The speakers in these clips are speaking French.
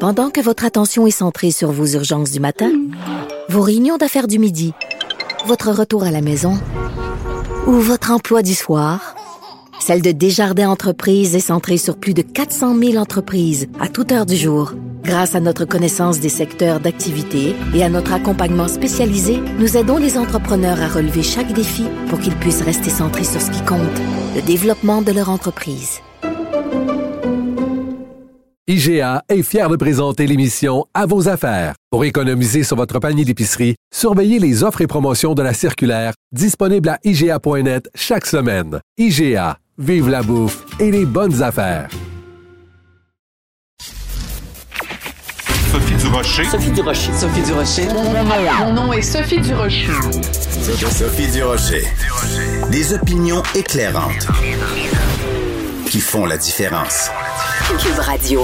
Pendant que votre attention est centrée sur vos urgences du matin, vos réunions d'affaires du midi, votre retour à la maison ou votre emploi du soir, celle de Desjardins Entreprises est centrée sur plus de 400 000 entreprises à toute heure du jour. Grâce à notre connaissance des secteurs d'activité et à notre accompagnement spécialisé, nous aidons les entrepreneurs à relever chaque défi pour qu'ils puissent rester centrés sur ce qui compte, le développement de leur entreprise. IGA est fier de présenter l'émission À vos affaires. Pour économiser sur votre panier d'épicerie, surveillez les offres et promotions de la circulaire disponible à IGA.net chaque semaine. IGA, vive la bouffe et les bonnes affaires. Sophie Durocher. Sophie Durocher. Sophie Durocher. Mon nom est Sophie Durocher. Sophie Durocher. Des opinions éclairantes qui font la différence. Cube Radio.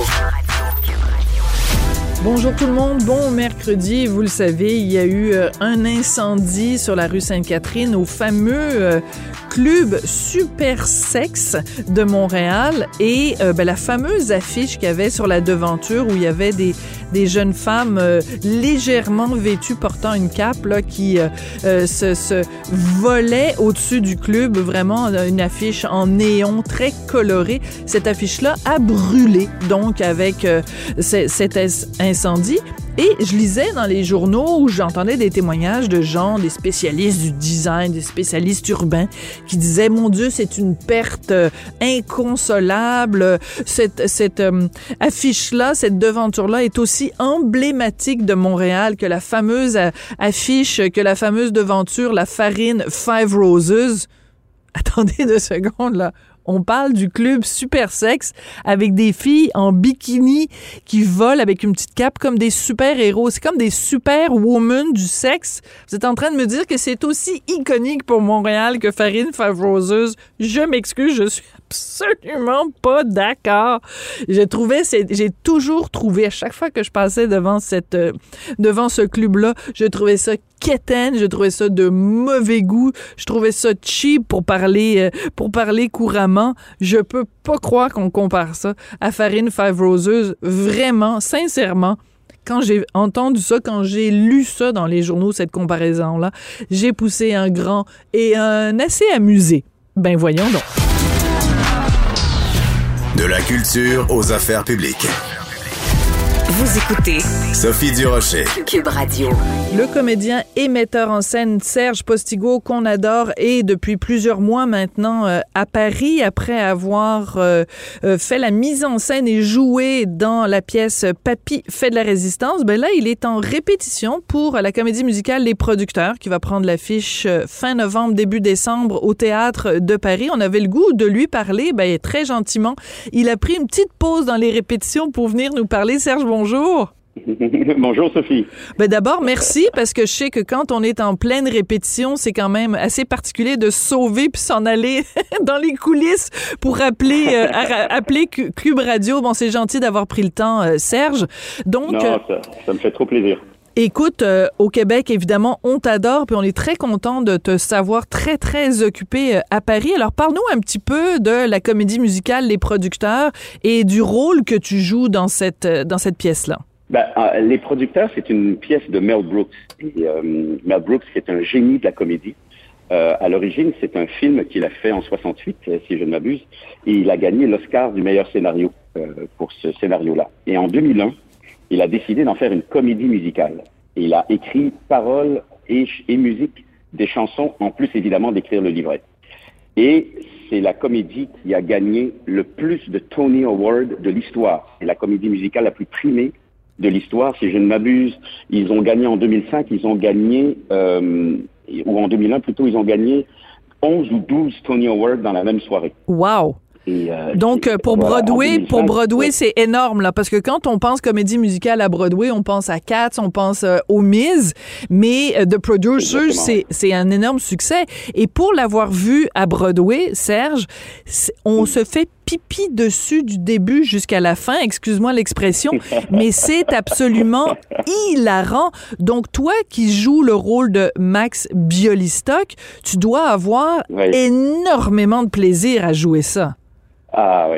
Bonjour tout le monde, bon mercredi. Vous le savez, il y a eu un incendie sur la rue Sainte-Catherine au fameux club Super Sexe de Montréal et la fameuse affiche qu'il y avait sur la devanture où il y avait des jeunes femmes légèrement vêtues portant une cape là, qui se volaient au-dessus du club, vraiment une affiche en néon très colorée. Cette affiche-là a brûlé donc avec cet incendie. Et je lisais dans les journaux où j'entendais des témoignages de gens, des spécialistes du design, des spécialistes urbains, qui disaient, mon Dieu, c'est une perte inconsolable. Cette affiche-là, cette devanture-là est aussi emblématique de Montréal que la fameuse affiche, que la fameuse devanture, la farine Five Roses. Attendez 2 secondes, là. On parle du club Super Sexe avec des filles en bikini qui volent avec une petite cape comme des super-héros. C'est comme des super-women du sexe. Vous êtes en train de me dire que c'est aussi iconique pour Montréal que Farine Five Roses. Je m'excuse, je suis absolument pas d'accord. J'ai toujours trouvé, à chaque fois que je passais devant ce club-là, je trouvais ça quétaine, je trouvais ça de mauvais goût, je trouvais ça cheap pour parler couramment. Je peux pas croire qu'on compare ça à Farine Five Roses. Vraiment, sincèrement, quand j'ai entendu ça, quand j'ai lu ça dans les journaux, cette comparaison-là, j'ai poussé un grand et un assez amusé. Ben voyons donc. De la culture aux affaires publiques. Vous écoutez Sophie Durocher. Cube Radio. Le comédien et metteur en scène Serge Postigo, qu'on adore, est depuis plusieurs mois maintenant à Paris après avoir fait la mise en scène et joué dans la pièce Papy fait de la résistance. Ben là, il est en répétition pour la comédie musicale Les Producteurs qui va prendre l'affiche fin novembre, début décembre au Théâtre de Paris. On avait le goût de lui parler, ben très gentiment. Il a pris une petite pause dans les répétitions pour venir nous parler. Serge, bonjour. Bonjour Sophie. Ben d'abord, merci, parce que je sais que quand on est en pleine répétition, c'est quand même assez particulier de se sauver puis s'en aller dans les coulisses pour appeler Cube Radio. Bon, c'est gentil d'avoir pris le temps, Serge. Donc, non, ça me fait trop plaisir. Écoute, au Québec, évidemment, on t'adore, puis on est très content de te savoir très, très occupé à Paris. Alors, parle-nous un petit peu de la comédie musicale Les Producteurs et du rôle que tu joues dans cette pièce-là. Les Producteurs, c'est une pièce de Mel Brooks. Et, Mel Brooks, qui est un génie de la comédie. À l'origine, c'est un film qu'il a fait en 68, si je ne m'abuse, et il a gagné l'Oscar du meilleur scénario pour ce scénario-là. Et en 2001, il a décidé d'en faire une comédie musicale. Et il a écrit paroles et musique des chansons, en plus évidemment d'écrire le livret. Et c'est la comédie qui a gagné le plus de Tony Awards de l'histoire. C'est la comédie musicale la plus primée de l'histoire. Si je ne m'abuse, ils ont gagné en 2005, ils ont gagné, ou en 2001 plutôt, ils ont gagné 11 ou 12 Tony Awards dans la même soirée. Wow! Donc, pour Broadway, c'est énorme, là, parce que quand on pense comédie musicale à Broadway, on pense à Cats, on pense aux Miz, mais The Producers, c'est un énorme succès. Et pour l'avoir vu à Broadway, Serge, on se fait pipi dessus du début jusqu'à la fin, excuse-moi l'expression, mais c'est absolument hilarant. Donc, toi qui joues le rôle de Max Bialystock, tu dois avoir énormément de plaisir à jouer ça. Ah oui.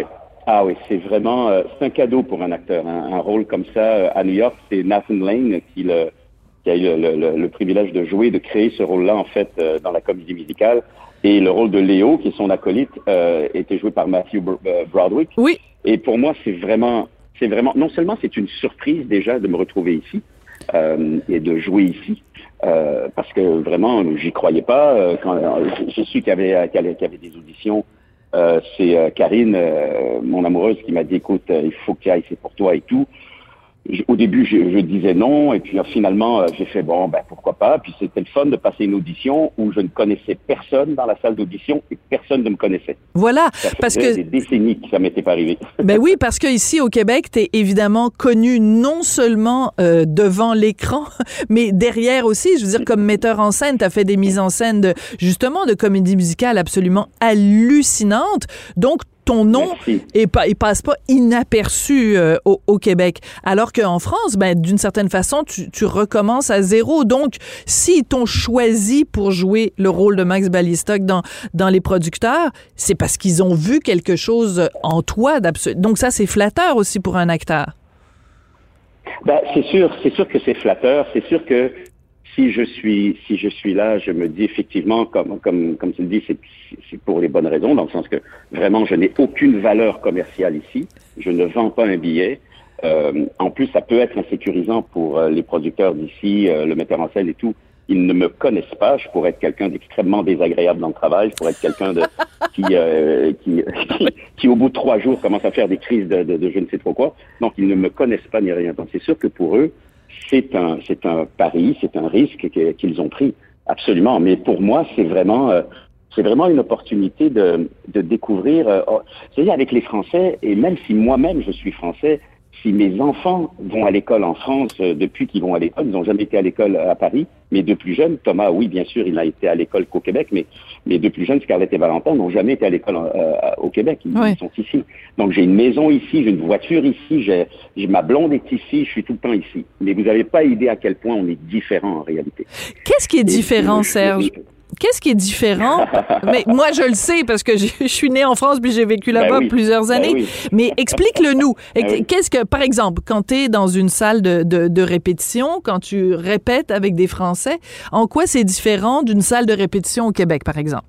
Ah oui, c'est vraiment, c'est un cadeau pour un acteur. Un rôle comme ça à New York, c'est Nathan Lane qui a eu le privilège de jouer, de créer ce rôle-là en fait dans la comédie musicale. Et le rôle de Léo, qui est son acolyte, était joué par Matthew Broderick. Oui. Et pour moi, c'est vraiment, non seulement c'est une surprise déjà de me retrouver ici et de jouer ici, parce que vraiment, j'y croyais pas. Quand j'ai su qu'il y avait des auditions, c'est Karine, mon amoureuse, qui m'a dit, écoute, il faut que tu ailles, c'est pour toi et tout. Au début, je disais non, et puis finalement, j'ai fait bon, ben pourquoi pas. Puis c'était le fun de passer une audition où je ne connaissais personne dans la salle d'audition et personne ne me connaissait. Voilà, parce que des décennies que ça m'était pas arrivé. Ben oui, parce que ici au Québec, t'es évidemment connu non seulement devant l'écran, mais derrière aussi. Je veux dire, comme metteur en scène, t'as fait des mises en scène justement de comédie musicale absolument hallucinantes. Donc ton nom il passe pas inaperçu au Québec. Alors qu'en France, ben, d'une certaine façon, tu recommences à zéro. Donc, s'ils t'ont choisi pour jouer le rôle de Max Bialystock dans Les Producteurs, c'est parce qu'ils ont vu quelque chose en toi d'absolu. Donc ça, c'est flatteur aussi pour un acteur. Ben, c'est sûr que c'est flatteur. C'est sûr que si je suis là, je me dis effectivement, comme tu le dis, c'est pour les bonnes raisons, dans le sens que vraiment, je n'ai aucune valeur commerciale ici. Je ne vends pas un billet. En plus, ça peut être insécurisant pour les producteurs d'ici, le metteur en scène et tout. Ils ne me connaissent pas. Je pourrais être quelqu'un d'extrêmement désagréable dans le travail. Je pourrais être quelqu'un qui, au bout de 3 jours, commence à faire des crises de je ne sais trop quoi. Donc, ils ne me connaissent pas ni rien. Donc, c'est sûr que pour eux, c'est un pari, c'est un risque qu'ils ont pris, absolument. Mais pour moi, c'est vraiment une opportunité de découvrir. C'est-à-dire avec les Français, et même si moi-même je suis français, si mes enfants vont à l'école en France depuis qu'ils vont à l'école, ils n'ont jamais été à l'école à Paris, mais de plus jeunes, Thomas, oui, bien sûr, il n'a été à l'école qu'au Québec, mais de plus jeunes, Scarlett et Valentin n'ont jamais été à l'école au Québec. Ils sont ici. Donc, j'ai une maison ici, j'ai une voiture ici, j'ai ma blonde est ici, je suis tout le temps ici. Mais vous n'avez pas idée à quel point on est différents en réalité. Qu'est-ce qui est différent, Serge? Qu'est-ce qui est différent? Mais moi, je le sais parce que je suis né en France puis j'ai vécu là-bas plusieurs années. Mais explique-le nous. Qu'est-ce que, par exemple, quand tu es dans une salle de répétition, quand tu répètes avec des Français, en quoi c'est différent d'une salle de répétition au Québec, par exemple?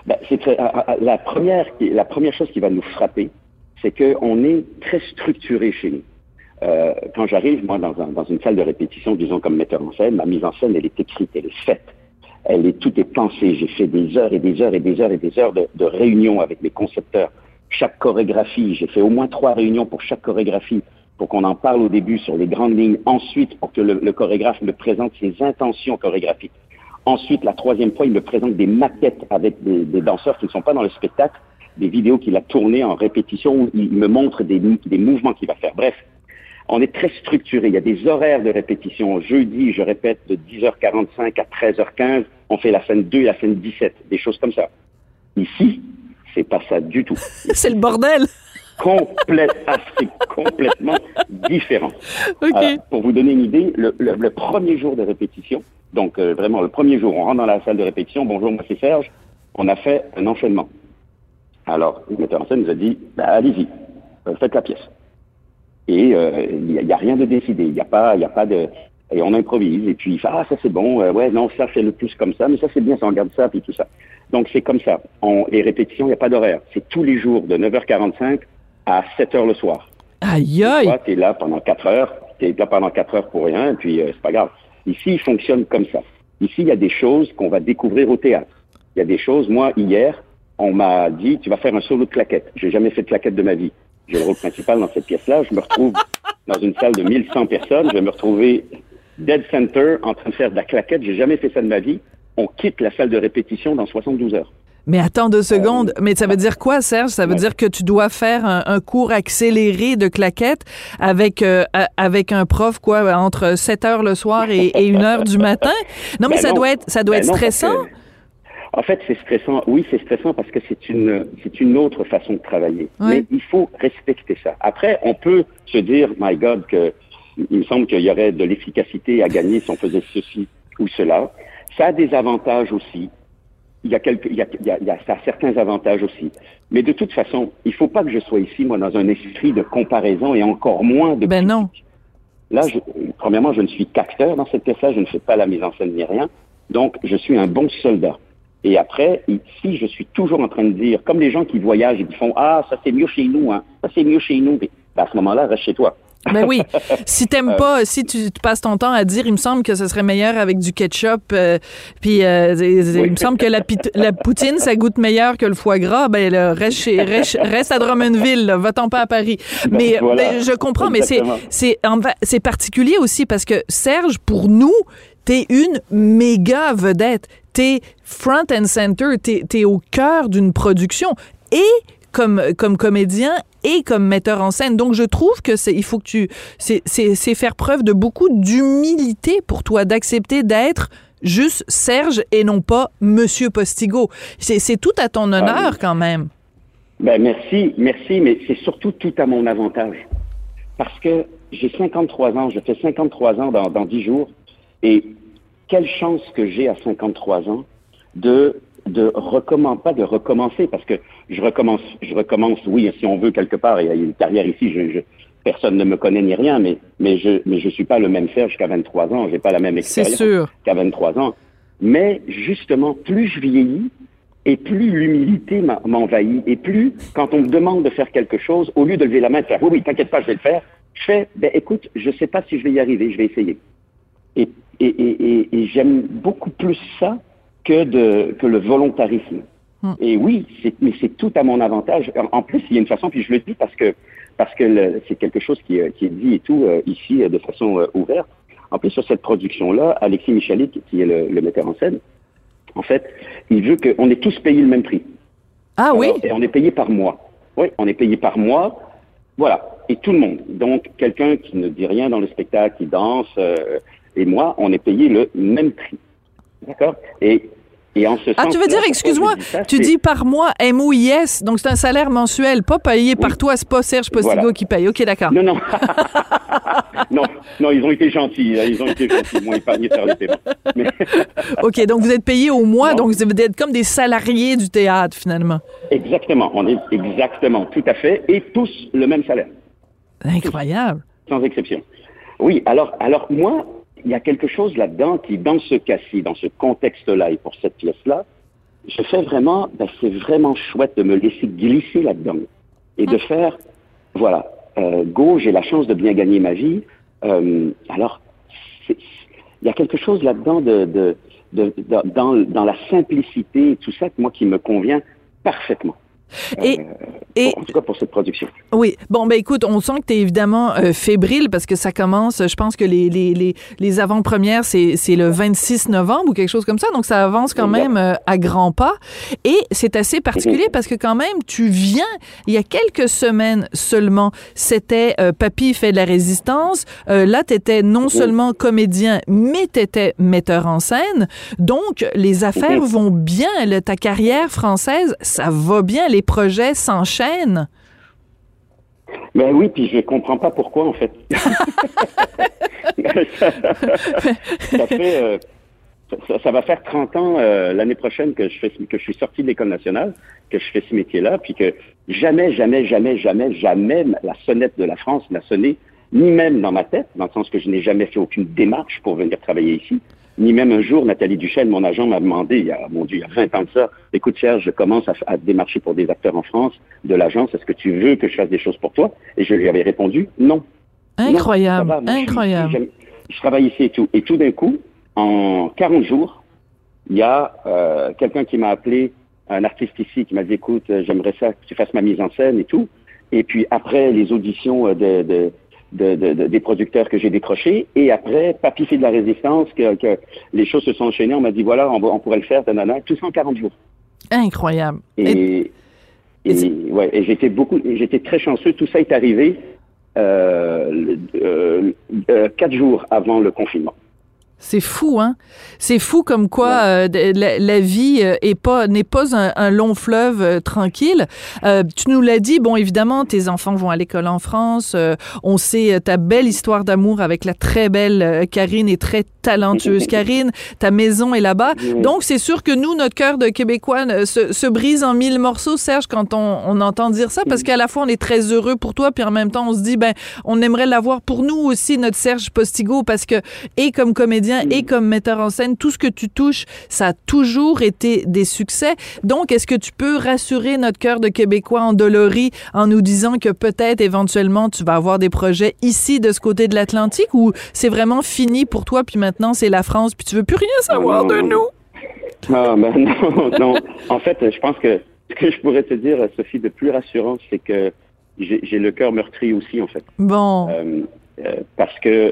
La première chose qui va nous frapper, c'est qu'on est très structuré chez nous. Quand j'arrive, moi, dans une salle de répétition, disons comme metteur en scène, ma mise en scène, elle est écrite, elle est faite. Tout est pensé. J'ai fait des heures et des heures et des heures et des heures de réunions avec mes concepteurs. Chaque chorégraphie, j'ai fait au moins 3 réunions pour chaque chorégraphie, pour qu'on en parle au début sur les grandes lignes. Ensuite, pour que le chorégraphe me présente ses intentions chorégraphiques. Ensuite, la 3e fois, il me présente des maquettes avec des danseurs qui ne sont pas dans le spectacle, des vidéos qu'il a tournées en répétition où il me montre des mouvements qu'il va faire. Bref. On est très structuré. Il y a des horaires de répétition. Jeudi, je répète de 10h45 à 13h15. On fait la scène 2 et la scène 17. Des choses comme ça. Ici, c'est pas ça du tout. C'est le bordel. C'est complètement différent. Okay. Pour vous donner une idée, le premier jour de répétition, donc vraiment le premier jour, on rentre dans la salle de répétition. Bonjour, moi c'est Serge. On a fait un enchaînement. Alors, le metteur en scène nous a dit, allez-y, faites la pièce. Et il y a rien de décidé, il y a pas de, et on improvise et puis il fait ça c'est bon, ouais non ça c'est le plus comme ça, mais ça c'est bien, ça on garde ça puis tout ça. Donc c'est comme ça. Les répétitions, il y a pas d'horaire, c'est tous les jours de 9h45 à 7h le soir. Aïe aïe. Toi t'es là pendant 4 heures, pour rien et puis c'est pas grave. Ici il fonctionne comme ça. Ici il y a des choses qu'on va découvrir au théâtre. Il y a des choses. Moi hier on m'a dit tu vas faire un solo de claquettes. J'ai jamais fait de claquettes de ma vie. J'ai le rôle principal dans cette pièce-là. Je me retrouve dans une salle de 1100 personnes. Je vais me retrouver dead center en train de faire de la claquette. J'ai jamais fait ça de ma vie. On quitte la salle de répétition dans 72 heures. Mais attends 2 secondes. Mais ça veut dire quoi, Serge? Ça veut dire que tu dois faire un cours accéléré de claquettes avec un prof, entre 7 heures le soir et 1 heure du matin? Non, mais ça doit être stressant. En fait, c'est stressant. Oui, c'est stressant parce que c'est une autre façon de travailler. Ouais. Mais il faut respecter ça. Après, on peut se dire, my God, il me semble qu'il y aurait de l'efficacité à gagner si on faisait ceci ou cela. Ça a des avantages aussi. ça a certains avantages aussi. Mais de toute façon, il faut pas que je sois ici, moi, dans un esprit de comparaison et encore moins de critique. Non. Là, premièrement, je ne suis qu'acteur dans cette pièce-là, je ne fais pas la mise en scène ni rien. Donc, je suis un bon soldat. Et après, ici, je suis toujours en train de dire, comme les gens qui voyagent et qui font « Ah, ça c'est mieux chez nous, hein, ça c'est mieux chez nous », à ce moment-là, reste chez toi. Ben oui. Si t'aimes pas, si tu passes ton temps à dire, il me semble que ce serait meilleur avec du ketchup, puis il me semble que la poutine, ça goûte meilleur que le foie gras, ben là, reste à Drummondville, là, va-t'en pas à Paris. Mais voilà. Je comprends, exactement. Mais c'est particulier aussi parce que Serge, pour nous, t'es une méga vedette. T'es front and center, t'es au cœur d'une production et comme comédien et comme metteur en scène. Donc, je trouve que c'est faire preuve de beaucoup d'humilité pour toi, d'accepter d'être juste Serge et non pas Monsieur Postigo. C'est tout à ton honneur quand même. Ben merci, mais c'est surtout tout à mon avantage. Parce que j'ai 53 ans, je fais 53 ans dans 10 jours, et quelle chance que j'ai à 53 ans pas de recommencer, parce que je recommence, oui, si on veut, quelque part, il y a une carrière ici, personne ne me connaît ni rien, mais je suis pas le même Serge qu'à 23 ans, j'ai pas la même expérience qu'à 23 ans. Mais, justement, plus je vieillis, et plus l'humilité m'envahit, et plus, quand on me demande de faire quelque chose, au lieu de lever la main et de faire, oui, t'inquiète pas, je vais le faire, je fais, écoute, je sais pas si je vais y arriver, je vais essayer. Et j'aime beaucoup plus ça que le volontarisme. Et oui, c'est tout à mon avantage. En plus, il y a une façon, puis je le dis parce que c'est quelque chose qui est dit et tout ici de façon ouverte. En plus, sur cette production-là, Alexis Michalik, qui est le metteur en scène, en fait, il veut qu'on ait tous payé le même prix. Ah oui? Et on est payé par mois. Oui, on est payé par mois. Voilà. Et tout le monde. Donc, quelqu'un qui ne dit rien dans le spectacle, qui danse, et moi, on est payé le même prix. D'accord? Et en ce sens. Tu veux dire, excuse-moi, tu dis par mois, MOIS, donc c'est un salaire mensuel, pas payé par toi, c'est pas Serge Postigo qui paye. OK, d'accord. Non. non, ils ont été gentils. Ils m'ont épargné de faire le paiement. Mais... OK, donc vous êtes payé au mois, donc vous êtes comme des salariés du théâtre, finalement. Exactement, on est exactement, tout à fait, et tous le même salaire. Incroyable. Tous, sans exception. Oui, alors moi, il y a quelque chose là-dedans qui, dans ce cas-ci, dans ce contexte-là et pour cette pièce-là, je fais vraiment, c'est vraiment chouette de me laisser glisser là-dedans et de faire, voilà, j'ai la chance de bien gagner ma vie. Alors, il y a quelque chose là-dedans dans la simplicité et tout ça, moi, qui me convient parfaitement. En tout cas pour cette production. Oui. Bon, écoute, on sent que tu es évidemment fébrile parce que ça commence, je pense que les avant-premières, c'est le 26 novembre ou quelque chose comme ça, donc ça avance quand même à grands pas. Et c'est assez particulier parce que quand même, tu viens, il y a quelques semaines seulement, c'était Papy fait de la résistance. Là, tu étais non seulement comédien, mais tu étais metteur en scène. Donc, les affaires vont bien. Ta carrière française, ça va bien. Les projets s'enchaînent. Ben oui, puis je comprends pas pourquoi, en fait. Ça va faire 30 ans l'année prochaine que je suis sorti de l'École nationale, que je fais ce métier-là, puis que jamais la sonnette de la France n'a sonné, ni même dans ma tête, dans le sens que je n'ai jamais fait aucune démarche pour venir travailler ici. Ni même un jour, Nathalie Duchesne, mon agent, m'a demandé, il y a 20 ans de ça, écoute Serge, je commence à démarcher pour des acteurs en France de l'agence, est-ce que tu veux que je fasse des choses pour toi? Et je lui avais répondu, non. Incroyable, non, incroyable. Je travaille ici et tout. Et tout d'un coup, en 40 jours, il y a quelqu'un qui m'a appelé, un artiste ici, qui m'a dit, écoute, j'aimerais ça que tu fasses ma mise en scène et tout. Et puis après les auditions des producteurs que j'ai décrochés, et après, Papy fait de la résistance, que les choses se sont enchaînées, on m'a dit, voilà, on pourrait le faire, tout ça en 40 jours. Incroyable. Et j'étais très chanceux, tout ça est arrivé 4 jours avant le confinement. C'est fou, hein? C'est fou comme quoi la vie n'est pas un long fleuve tranquille. Tu nous l'as dit, bon, évidemment, tes enfants vont à l'école en France. On sait ta belle histoire d'amour avec la très belle Karine et très talentueuse Karine. Ta maison est là-bas. Donc, c'est sûr que nous, notre cœur de Québécois se brise en 1000 morceaux, Serge, quand on entend dire ça, parce qu'à la fois, on est très heureux pour toi, puis en même temps, on se dit, on aimerait l'avoir pour nous aussi, notre Serge Postigo, parce que, et comme comédien, et comme metteur en scène, tout ce que tu touches, ça a toujours été des succès. Donc, est-ce que tu peux rassurer notre cœur de Québécois endolori en nous disant que peut-être, éventuellement, tu vas avoir des projets ici, de ce côté de l'Atlantique, ou c'est vraiment fini pour toi, puis maintenant, c'est la France, puis tu veux plus rien savoir de nous? Non. En fait, je pense que ce que je pourrais te dire, Sophie, de plus rassurant, c'est que j'ai le cœur meurtri aussi, en fait. Bon. Parce que,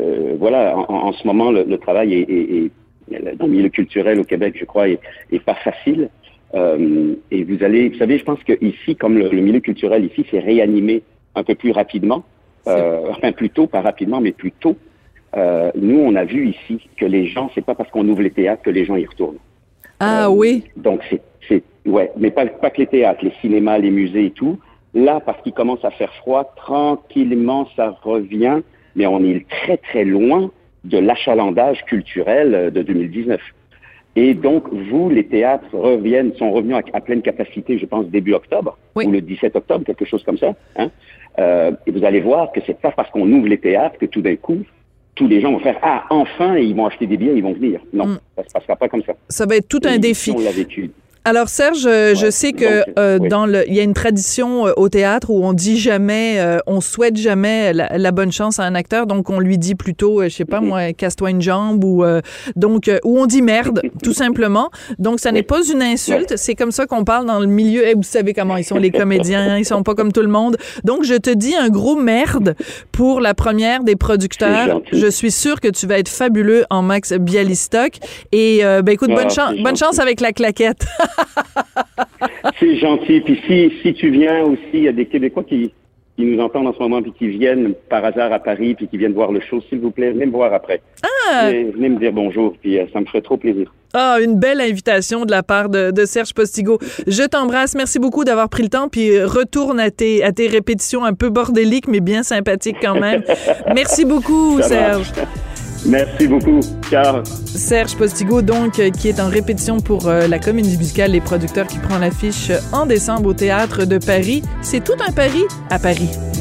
en ce moment, le travail est dans le milieu culturel au Québec, je crois, est pas facile. Et vous savez, je pense que ici, comme le milieu culturel ici, s'est réanimé un peu plus rapidement, plus tôt, pas rapidement, mais plus tôt. Nous, on a vu ici que les gens, c'est pas parce qu'on ouvre les théâtres que les gens y retournent. Ah oui. Donc mais pas que les théâtres, les cinémas, les musées et tout. Là, parce qu'il commence à faire froid, tranquillement, ça revient, mais on est très, très loin de l'achalandage culturel de 2019. Et donc, les théâtres sont revenus à pleine capacité, je pense, début octobre, ou le 17 octobre, quelque chose comme ça. Hein? Et vous allez voir que c'est pas parce qu'on ouvre les théâtres que tout d'un coup, tous les gens vont faire « Ah, enfin !» et ils vont acheter des billets, ils vont venir. Non, ça se passera pas comme ça. Ça va être tout un défi. On l'a vécu. Alors Serge, je sais que il y a une tradition au théâtre où on dit jamais, on souhaite jamais la bonne chance à un acteur, donc on lui dit plutôt, je sais pas moi, casse-toi une jambe ou on dit merde, tout simplement. Donc ça n'est pas une insulte, c'est comme ça qu'on parle dans le milieu. Vous savez comment ils sont les comédiens, ils sont pas comme tout le monde. Donc je te dis un gros merde pour la première des producteurs. Je suis sûre que tu vas être fabuleux en Max Bialystock et écoute, bonne chance avec la claquette. C'est gentil. Puis si tu viens aussi, il y a des Québécois qui nous entendent en ce moment puis qui viennent par hasard à Paris puis qui viennent voir le show, s'il vous plaît, venez me voir après. Venez me dire bonjour puis ça me ferait trop plaisir. Ah, une belle invitation de la part de Serge Postigo. Je t'embrasse. Merci beaucoup d'avoir pris le temps puis retourne à tes répétitions un peu bordéliques mais bien sympathiques quand même. Merci beaucoup, Serge. Merci beaucoup. Ciao. Serge Postigo, donc, qui est en répétition pour la comédie musicale Les Producteurs qui prend l'affiche en décembre au Théâtre de Paris. C'est tout un pari à Paris.